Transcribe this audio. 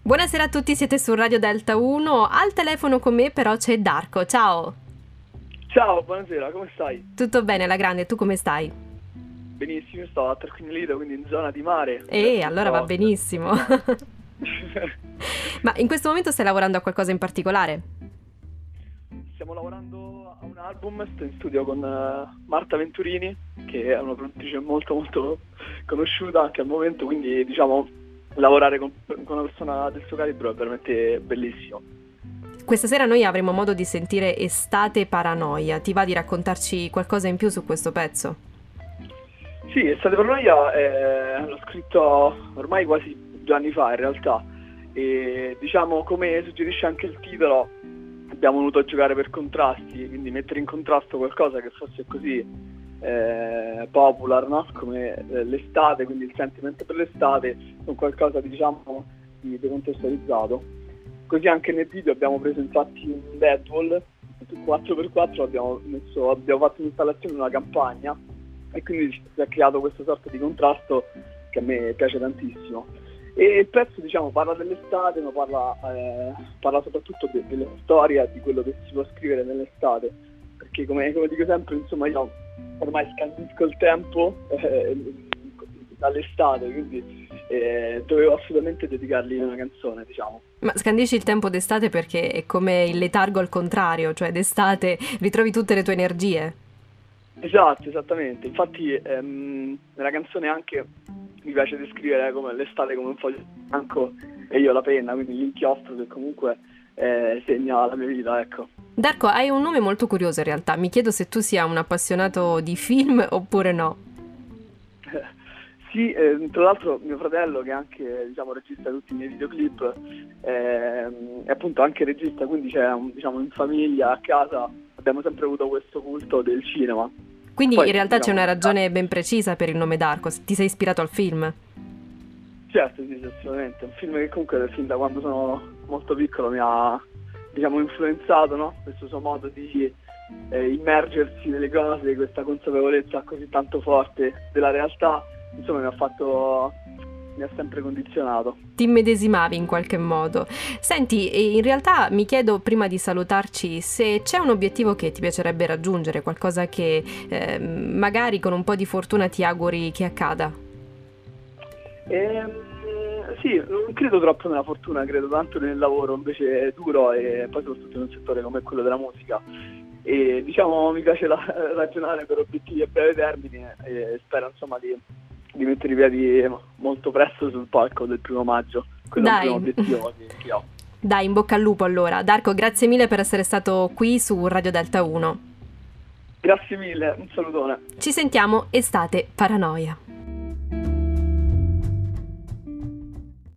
Buonasera a tutti, siete su Radio Delta 1. Al telefono con me però c'è Darko. Ciao. Ciao, buonasera, come stai? Tutto bene alla grande, tu come stai? Benissimo, io sto a Tarquinio, quindi in zona di mare. Allora va benissimo. Ma in questo momento stai lavorando a qualcosa in particolare? Stiamo lavorando a un album, sto in studio con Marta Venturini, che è una produttrice molto molto conosciuta anche al momento, quindi diciamo lavorare con una persona del suo calibro è veramente bellissimo. Questa sera noi avremo modo di sentire Estate Paranoia. Ti va di raccontarci qualcosa in più su questo pezzo? Sì, Estate Paranoia l'ho scritto ormai quasi 2 anni fa in realtà, e diciamo, come suggerisce anche il titolo, abbiamo voluto giocare per contrasti, quindi mettere in contrasto qualcosa che fosse così popular, no? Come l'estate, quindi il sentimento per l'estate, con qualcosa diciamo di decontestualizzato. Così anche nel video abbiamo preso infatti un LED wall 4x4, abbiamo fatto un'installazione in una campagna e quindi si è creato questa sorta di contrasto che a me piace tantissimo. E il pezzo diciamo parla dell'estate, ma parla soprattutto della storia, di quello che si può scrivere nell'estate, perché come dico sempre, insomma, io ormai scandisco il tempo dall'estate, quindi dovevo assolutamente dedicargli una canzone, diciamo. Ma scandisci il tempo d'estate perché è come il letargo al contrario, cioè d'estate ritrovi tutte le tue energie. Esatto, esattamente. Infatti nella canzone anche mi piace descrivere come l'estate come un foglio bianco e io la penna, quindi l'inchiostro che comunque segna la mia vita, ecco. Darko, hai un nome molto curioso in realtà. Mi chiedo se tu sia un appassionato di film oppure no. Sì, tra l'altro mio fratello, che è anche diciamo regista di tutti i miei videoclip, è appunto anche regista, quindi c'è diciamo in famiglia, a casa, abbiamo sempre avuto questo culto del cinema. Quindi Poi, in realtà diciamo, c'è una ragione ben precisa per il nome Darko, ti sei ispirato al film? Certo, sì, assolutamente. È un film che comunque fin da quando sono molto piccolo mi ha diciamo influenzato, no? Questo suo modo di immergersi nelle cose, questa consapevolezza così tanto forte della realtà, insomma mi ha sempre condizionato. Ti immedesimavi in qualche modo. Senti, in realtà mi chiedo prima di salutarci se c'è un obiettivo che ti piacerebbe raggiungere, qualcosa che magari con un po' di fortuna ti auguri che accada. Sì, non credo troppo nella fortuna, credo tanto nel lavoro invece duro e poi soprattutto in un settore come quello della musica. E diciamo mi piace ragionare per obiettivi a breve termine e spero insomma di mettere i piedi molto presto sul palco del 1° maggio. Quello è un primo obiettivo che ho. Dai, in bocca al lupo allora. Darko, grazie mille per essere stato qui su Radio Delta 1. Grazie mille, un salutone. Ci sentiamo Estate Paranoia.